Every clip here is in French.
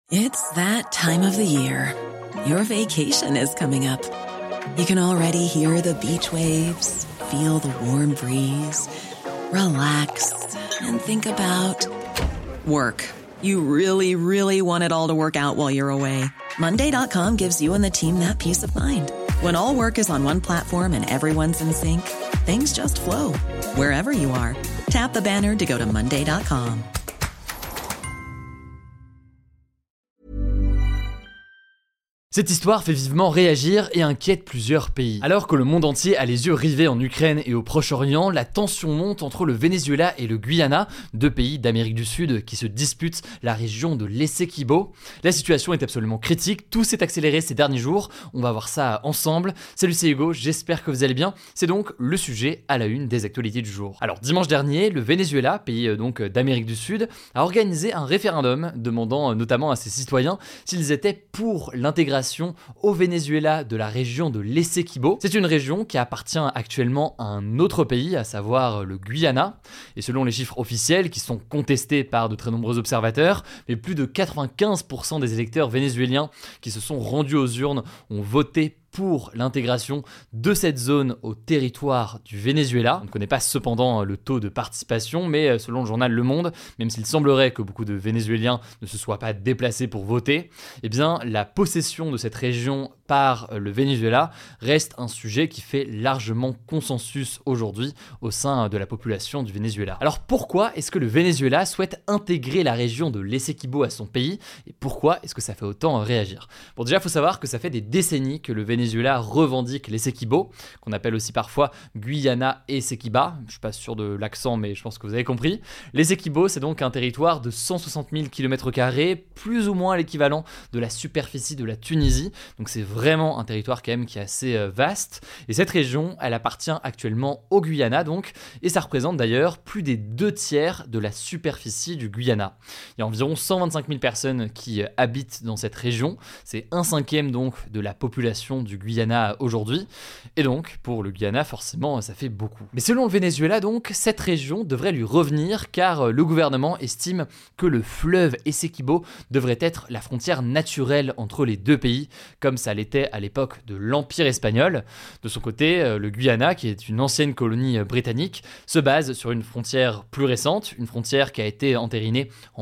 It's that time of the year. Your vacation is coming up. You can already hear the beach waves, feel the warm breeze, relax, and think about work. You really, really want it all to work out while you're away. Monday.com gives you and the team that peace of mind. When all work is on one platform and everyone's in sync, things just flow. Wherever you are, tap the banner to go to Monday.com. Cette histoire fait vivement réagir et inquiète plusieurs pays. Alors que le monde entier a les yeux rivés en Ukraine et au Proche-Orient, la tension monte entre le Venezuela et le Guyana, deux pays d'Amérique du Sud qui se disputent la région de l'Essequibo. La situation est absolument critique, tout s'est accéléré ces derniers jours, on va voir ça ensemble. Salut, c'est Hugo, j'espère que vous allez bien. C'est donc le sujet à la une des actualités du jour. Alors dimanche dernier, le Venezuela, pays donc d'Amérique du Sud, a organisé un référendum demandant notamment à ses citoyens s'ils étaient pour l'intégration au Venezuela de la région de l'Essequibo. C'est une région qui appartient actuellement à un autre pays, à savoir le Guyana. Et selon les chiffres officiels, qui sont contestés par de très nombreux observateurs, mais plus de 95% des électeurs vénézuéliens qui se sont rendus aux urnes ont voté pour l'intégration de cette zone au territoire du Venezuela. On ne connaît pas cependant le taux de participation, mais selon le journal Le Monde, même s'il semblerait que beaucoup de Vénézuéliens ne se soient pas déplacés pour voter, eh bien la possession de cette région par le Venezuela reste un sujet qui fait largement consensus aujourd'hui au sein de la population du Venezuela. Alors pourquoi est-ce que le Venezuela souhaite intégrer la région de l'Essequibo à son pays et pourquoi est-ce que ça fait autant réagir? Bon, déjà, il faut savoir que ça fait des décennies que le Venezuela revendique l'Essequibo, qu'on appelle aussi parfois Guyana Essequiba. Je suis pas sûr de l'accent, mais je pense que vous avez compris. L'Essequibo, c'est donc un territoire de 160 000 km², plus ou moins l'équivalent de la superficie de la Tunisie. Donc c'est vraiment un territoire quand même qui est assez vaste. Et cette région, elle appartient actuellement au Guyana, donc, et ça représente d'ailleurs plus des 2/3 de la superficie du Guyana. Il y a environ 125 000 personnes qui habitent dans cette région. C'est 1/5 donc de la population du Guyana aujourd'hui. Et donc, pour le Guyana, forcément, ça fait beaucoup. Mais selon le Venezuela, donc, cette région devrait lui revenir car le gouvernement estime que le fleuve Essequibo devrait être la frontière naturelle entre les deux pays, comme ça l'était à l'époque de l'Empire espagnol. De son côté, le Guyana, qui est une ancienne colonie britannique, se base sur une frontière plus récente, une frontière qui a été entérinée en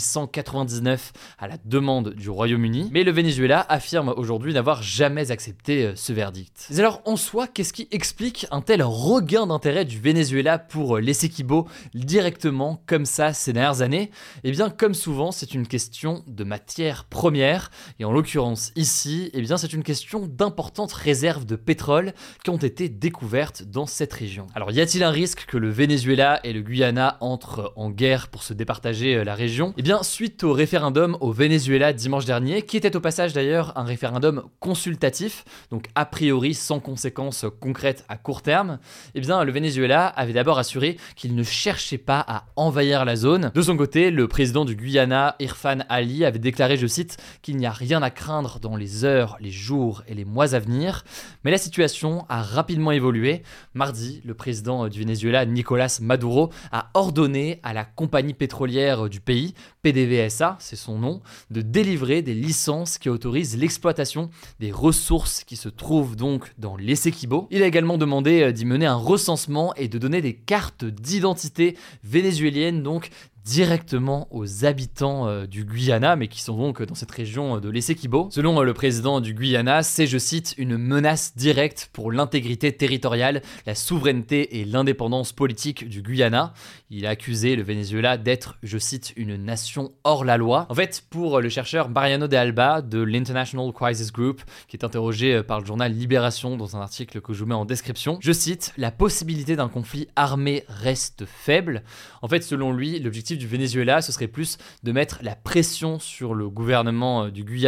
1899 à la demande du Royaume-Uni. Mais le Venezuela affirme aujourd'hui n'avoir jamais accepté ce verdict. Mais alors, en soi, qu'est-ce qui explique un tel regain d'intérêt du Venezuela pour l'Essequibo directement comme ça ces dernières années? Eh bien, comme souvent, c'est une question de matière première, et en l'occurrence ici, eh bien, c'est une question d'importantes réserves de pétrole qui ont été découvertes dans cette région. Alors, y a-t-il un risque que le Venezuela et le Guyana entrent en guerre pour se départager la région? Eh bien, suite au référendum au Venezuela dimanche dernier, qui était au passage d'ailleurs un référendum consultatif, donc a priori sans conséquences concrètes à court terme, eh bien, le Venezuela avait d'abord assuré qu'il ne cherchait pas à envahir la zone. De son côté, le président du Guyana, Irfan Ali, avait déclaré, je cite, qu'il n'y a rien à craindre dans les heures, les jours et les mois à venir. Mais la situation a rapidement évolué. Mardi, le président du Venezuela, Nicolás Maduro, a ordonné à la compagnie pétrolière du pays, PDVSA, c'est son nom, de délivrer des licences qui autorisent l'exploitation des ressources qui se trouvent donc dans l'Essequibo. Il a également demandé d'y mener un recensement et de donner des cartes d'identité vénézuéliennes, donc directement aux habitants du Guyana, mais qui sont donc dans cette région de l'Essequibo. Selon le président du Guyana, c'est, je cite, une menace directe pour l'intégrité territoriale, la souveraineté et l'indépendance politique du Guyana. Il a accusé le Venezuela d'être, je cite, une nation hors la loi. En fait, pour le chercheur Mariano de Alba de l'International Crisis Group, qui est interrogé par le journal Libération dans un article que je vous mets en description, je cite, la possibilité d'un conflit armé reste faible. En fait, selon lui, l'objectif du Venezuela, ce serait plus de mettre la pression sur le gouvernement du Guyana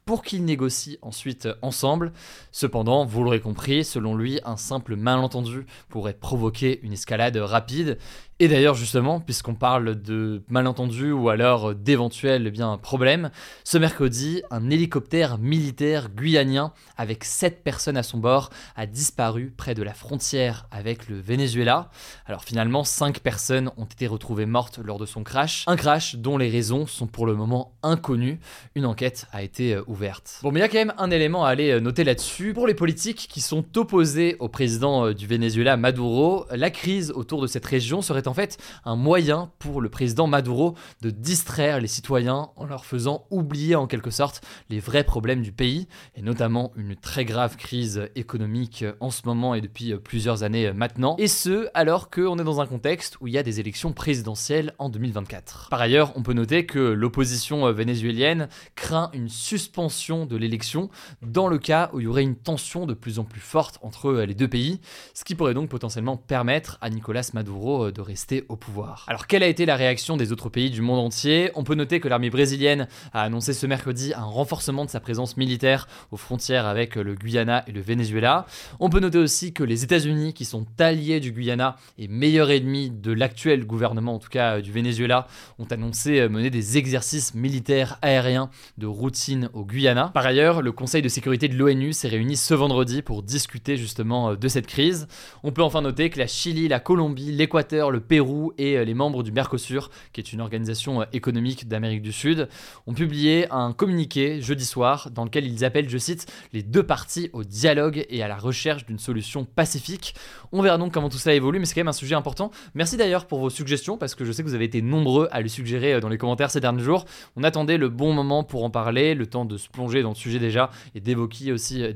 pour qu'ils négocient ensuite ensemble. Cependant, vous l'aurez compris, selon lui, un simple malentendu pourrait provoquer une escalade rapide. Et d'ailleurs justement, puisqu'on parle de malentendus ou alors d'éventuels problèmes, ce mercredi, un hélicoptère militaire guyanien avec 7 personnes à son bord a disparu près de la frontière avec le Venezuela. Alors finalement, 5 personnes ont été retrouvées mortes lors de son crash. Un crash dont les raisons sont pour le moment inconnues. Une enquête a été ouverte. Bon, mais il y a quand même un élément à aller noter là-dessus. Pour les politiques qui sont opposés au président du Venezuela, Maduro, la crise autour de cette région serait en fait un moyen pour le président Maduro de distraire les citoyens en leur faisant oublier en quelque sorte les vrais problèmes du pays, et notamment une très grave crise économique en ce moment et depuis plusieurs années maintenant, et ce alors qu'on est dans un contexte où il y a des élections présidentielles en 2024. Par ailleurs, on peut noter que l'opposition vénézuélienne craint une suspension de l'élection dans le cas où il y aurait une tension de plus en plus forte entre les deux pays, ce qui pourrait donc potentiellement permettre à Nicolás Maduro de rester au pouvoir. Alors quelle a été la réaction des autres pays du monde entier ? On peut noter que l'armée brésilienne a annoncé ce mercredi un renforcement de sa présence militaire aux frontières avec le Guyana et le Venezuela. On peut noter aussi que les États-Unis, qui sont alliés du Guyana et meilleurs ennemis de l'actuel gouvernement, en tout cas du Venezuela, ont annoncé mener des exercices militaires aériens de routine au Guyana. Par ailleurs, le Conseil de sécurité de l'ONU s'est réuni ce vendredi pour discuter justement de cette crise. On peut enfin noter que la Chili, la Colombie, l'Équateur, le Pérou et les membres du Mercosur, qui est une organisation économique d'Amérique du Sud, ont publié un communiqué jeudi soir dans lequel ils appellent, je cite, les deux parties au dialogue et à la recherche d'une solution pacifique. On verra donc comment tout ça évolue, mais c'est quand même un sujet important. Merci d'ailleurs pour vos suggestions, parce que je sais que vous avez été nombreux à le suggérer dans les commentaires ces derniers jours. On attendait le bon moment pour en parler, le temps de se plonger dans le sujet déjà et d'évoquer aussi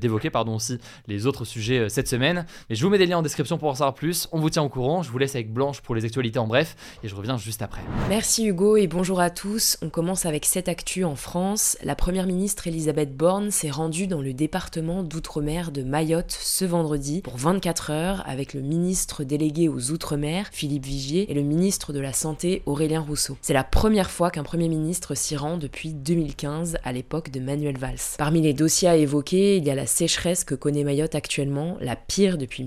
les autres sujets cette semaine. Mais je vous mets des liens en description pour en savoir plus. On vous tient au courant. Je vous laisse avec Blanche pour les actualités en bref et je reviens juste après. Merci Hugo et bonjour à tous. On commence avec cette actu en France. La première ministre Elisabeth Borne s'est rendue dans le département d'outre-mer de Mayotte ce vendredi pour 24 heures avec le ministre délégué aux outre-mer Philippe Vigier et le ministre de la Santé Aurélien Rousseau. C'est la première fois qu'un premier ministre s'y rend depuis 2015 à l'époque de Manuel Valls. Parmi les dossiers à évoquer, il y a la sécheresse que connaît Mayotte actuellement, la pire depuis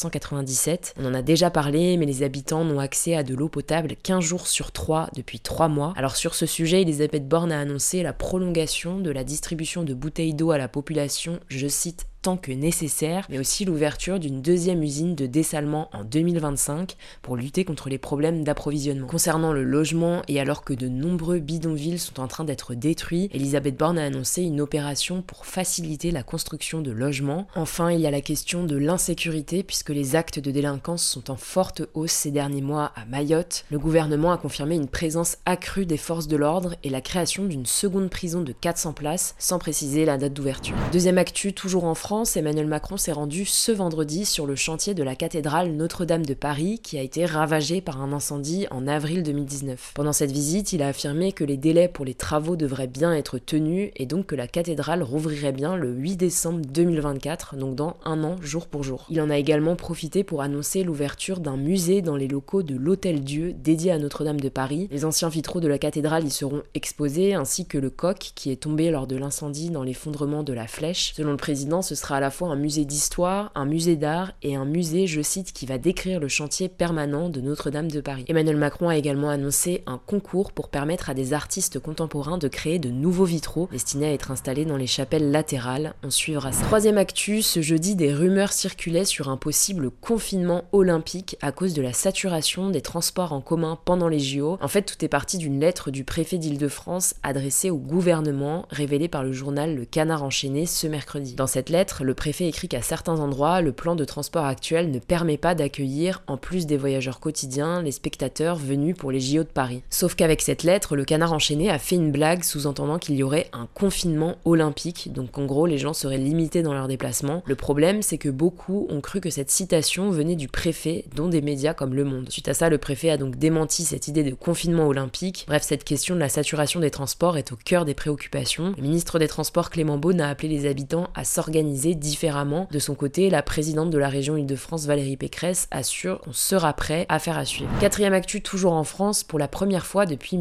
1997. On en a déjà parlé, mais les habitants n'ont accès à de l'eau potable 15 jours sur 3 depuis 3 mois. Alors sur ce sujet, Elisabeth Borne a annoncé la prolongation de la distribution de bouteilles d'eau à la population, je cite, tant que nécessaire, mais aussi l'ouverture d'une deuxième usine de dessalement en 2025 pour lutter contre les problèmes d'approvisionnement. Concernant le logement, et alors que de nombreux bidonvilles sont en train d'être détruits, Elisabeth Borne a annoncé une opération pour faciliter la construction de logements. Enfin, il y a la question de l'insécurité, puisque les actes de délinquance sont en forte hausse ces derniers mois à Mayotte. Le gouvernement a confirmé une présence accrue des forces de l'ordre et la création d'une seconde prison de 400 places, sans préciser la date d'ouverture. Deuxième actu, toujours en France, Emmanuel Macron s'est rendu ce vendredi sur le chantier de la cathédrale Notre-Dame de Paris qui a été ravagée par un incendie en avril 2019. Pendant cette visite, il a affirmé que les délais pour les travaux devraient bien être tenus et donc que la cathédrale rouvrirait bien le 8 décembre 2024, donc dans un an jour pour jour. Il en a également profité pour annoncer l'ouverture d'un musée dans les locaux de l'Hôtel-Dieu dédié à Notre-Dame de Paris. Les anciens vitraux de la cathédrale y seront exposés ainsi que le coq qui est tombé lors de l'incendie dans l'effondrement de la flèche. Selon le président, ce sera à la fois un musée d'histoire, un musée d'art et un musée, je cite, qui va décrire le chantier permanent de Notre-Dame de Paris. Emmanuel Macron a également annoncé un concours pour permettre à des artistes contemporains de créer de nouveaux vitraux destinés à être installés dans les chapelles latérales. On suivra ça. Troisième actu, ce jeudi, des rumeurs circulaient sur un possible confinement olympique à cause de la saturation des transports en commun pendant les JO. En fait, tout est parti d'une lettre du préfet d'Île-de-France adressée au gouvernement, révélée par le journal Le Canard enchaîné ce mercredi. Dans cette lettre, le préfet écrit qu'à certains endroits, le plan de transport actuel ne permet pas d'accueillir, en plus des voyageurs quotidiens, les spectateurs venus pour les JO de Paris. Sauf qu'avec cette lettre, le Canard enchaîné a fait une blague sous-entendant qu'il y aurait un confinement olympique, donc en gros les gens seraient limités dans leurs déplacements. Le problème, c'est que beaucoup ont cru que cette citation venait du préfet, dont des médias comme Le Monde. Suite à ça, le préfet a donc démenti cette idée de confinement olympique. Bref, cette question de la saturation des transports est au cœur des préoccupations. Le ministre des Transports Clément Beaune a appelé les habitants à s'organiser organisé différemment. De son côté, la présidente de la région Île-de-France, Valérie Pécresse, assure qu'on sera prêt, affaire à suivre. Quatrième actu, toujours en France, pour la première fois depuis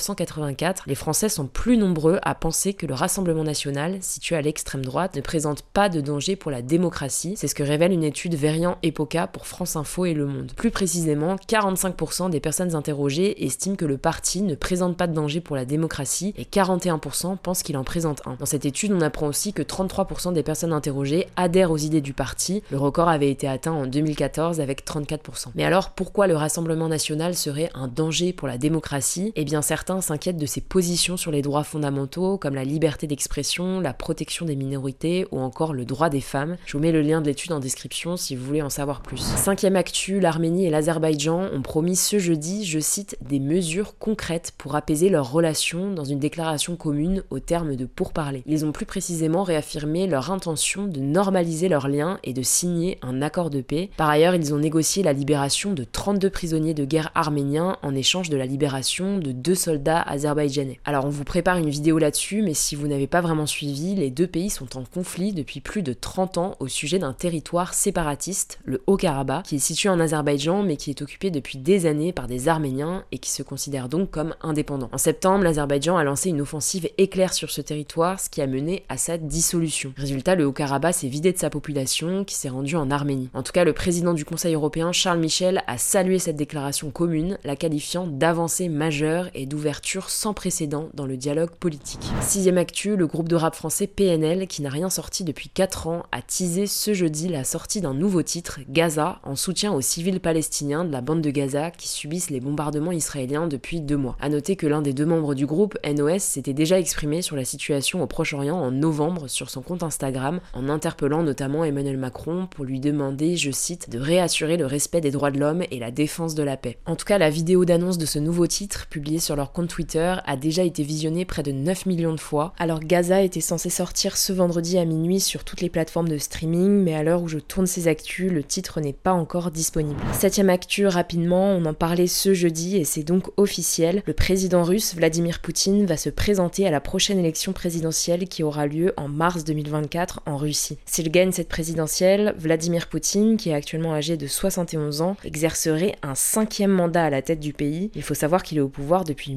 1984, les Français sont plus nombreux à penser que le Rassemblement national, situé à l'extrême droite, ne présente pas de danger pour la démocratie. C'est ce que révèle une étude Verian-Epoca pour France Info et Le Monde. Plus précisément, 45% des personnes interrogées estiment que le parti ne présente pas de danger pour la démocratie et 41% pensent qu'il en présente un. Dans cette étude, on apprend aussi que 33% des personnes interrogées adhèrent aux idées du parti. Le record avait été atteint en 2014 avec 34%. Mais alors, pourquoi le Rassemblement national serait un danger pour la démocratie ? Eh bien, certains s'inquiètent de ses positions sur les droits fondamentaux, comme la liberté d'expression, la protection des minorités ou encore le droit des femmes. Je vous mets le lien de l'étude en description si vous voulez en savoir plus. Cinquième actu, l'Arménie et l'Azerbaïdjan ont promis ce jeudi, je cite, des mesures concrètes pour apaiser leurs relations dans une déclaration commune au terme de pourparlers. Ils ont plus précisément réaffirmé leur intention de normaliser leurs liens et de signer un accord de paix. Par ailleurs, ils ont négocié la libération de 32 prisonniers de guerre arméniens en échange de la libération de 2 soldats azerbaïdjanais. Alors on vous prépare une vidéo là-dessus, mais si vous n'avez pas vraiment suivi, les deux pays sont en conflit depuis plus de 30 ans au sujet d'un territoire séparatiste, le Haut-Karabakh, qui est situé en Azerbaïdjan mais qui est occupé depuis des années par des Arméniens et qui se considère donc comme indépendant. En septembre, l'Azerbaïdjan a lancé une offensive éclair sur ce territoire, ce qui a mené à sa dissolution. Résultat, le Haut-Karabakh s'est vidé de sa population qui s'est rendue en Arménie. En tout cas, le président du Conseil européen, Charles Michel, a salué cette déclaration commune, la qualifiant d'avancée majeure et d'ouverture sans précédent dans le dialogue politique. Sixième actu, le groupe de rap français PNL, qui n'a rien sorti depuis 4 ans, a teasé ce jeudi la sortie d'un nouveau titre, Gaza, en soutien aux civils palestiniens de la bande de Gaza qui subissent les bombardements israéliens depuis 2 mois. A noter que l'un des 2 membres du groupe, NOS, s'était déjà exprimé sur la situation au Proche-Orient en novembre sur son compte Instagram, en interpellant notamment Emmanuel Macron pour lui demander, je cite, de réassurer le respect des droits de l'homme et la défense de la paix. En tout cas, la vidéo d'annonce de ce nouveau titre, publiée sur leur compte Twitter, a déjà été visionnée près de 9 millions de fois. Alors Gaza était censé sortir ce vendredi à minuit sur toutes les plateformes de streaming, mais à l'heure où je tourne ces actus, le titre n'est pas encore disponible. 7ème actu, rapidement, on en parlait ce jeudi et c'est donc officiel. Le président russe Vladimir Poutine va se présenter à la prochaine élection présidentielle qui aura lieu en mars 2024 en Russie. S'il gagne cette présidentielle, Vladimir Poutine, qui est actuellement âgé de 71 ans, exercerait un 5e mandat à la tête du pays. Il faut savoir qu'il est au pouvoir depuis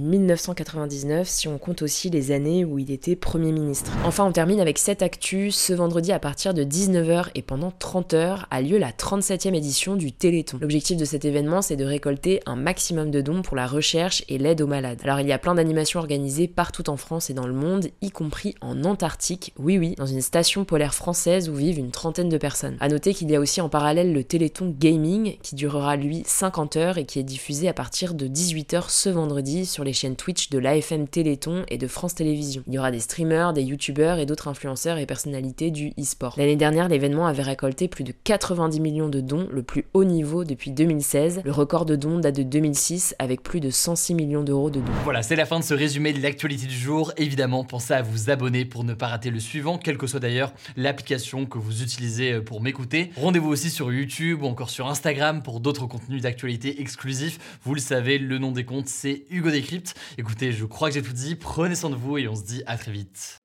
1999 si on compte aussi les années où il était Premier ministre. Enfin, on termine avec cette actu. Ce vendredi à partir de 19h et pendant 30h a lieu la 37e édition du Téléthon. L'objectif de cet événement, c'est de récolter un maximum de dons pour la recherche et l'aide aux malades. Alors il y a plein d'animations organisées partout en France et dans le monde, y compris en Antarctique, oui, dans une station polaire française où vivent une 30aine de personnes. A noter qu'il y a aussi en parallèle le Téléthon Gaming, qui durera lui 50 heures et qui est diffusé à partir de 18h ce vendredi sur les chaînes Twitch de l'AFM Téléthon et de France Télévisions. Il y aura des streamers, des youtubeurs et d'autres influenceurs et personnalités du e-sport. L'année dernière, l'événement avait récolté plus de 90 millions de dons, le plus haut niveau depuis 2016. Le record de dons date de 2006 avec plus de 106 millions d'euros de dons. Voilà, c'est la fin de ce résumé de l'actualité du jour. Évidemment, pensez à vous abonner pour ne pas rater le suivant, quelle que soit d'ailleurs l'application que vous utilisez pour m'écouter. Rendez-vous aussi sur YouTube ou encore sur Instagram pour d'autres contenus d'actualité exclusifs. Vous le savez, le nom des comptes, c'est Hugo Décrypte. Écoutez, je crois que j'ai tout dit. Prenez soin de vous et on se dit à très vite.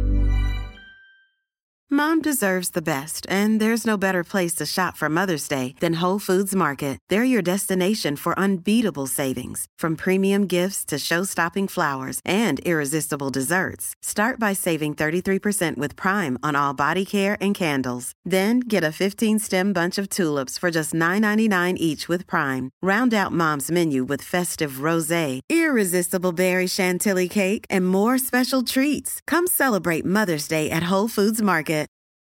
Mom deserves the best, and there's no better place to shop for Mother's Day than Whole Foods Market. They're your destination for unbeatable savings, from premium gifts to show-stopping flowers and irresistible desserts. Start by saving 33% with Prime on all body care and candles. Then get a 15-stem bunch of tulips for just $9.99 each with Prime. Round out Mom's menu with festive rosé, irresistible berry chantilly cake, and more special treats. Come celebrate Mother's Day at Whole Foods Market.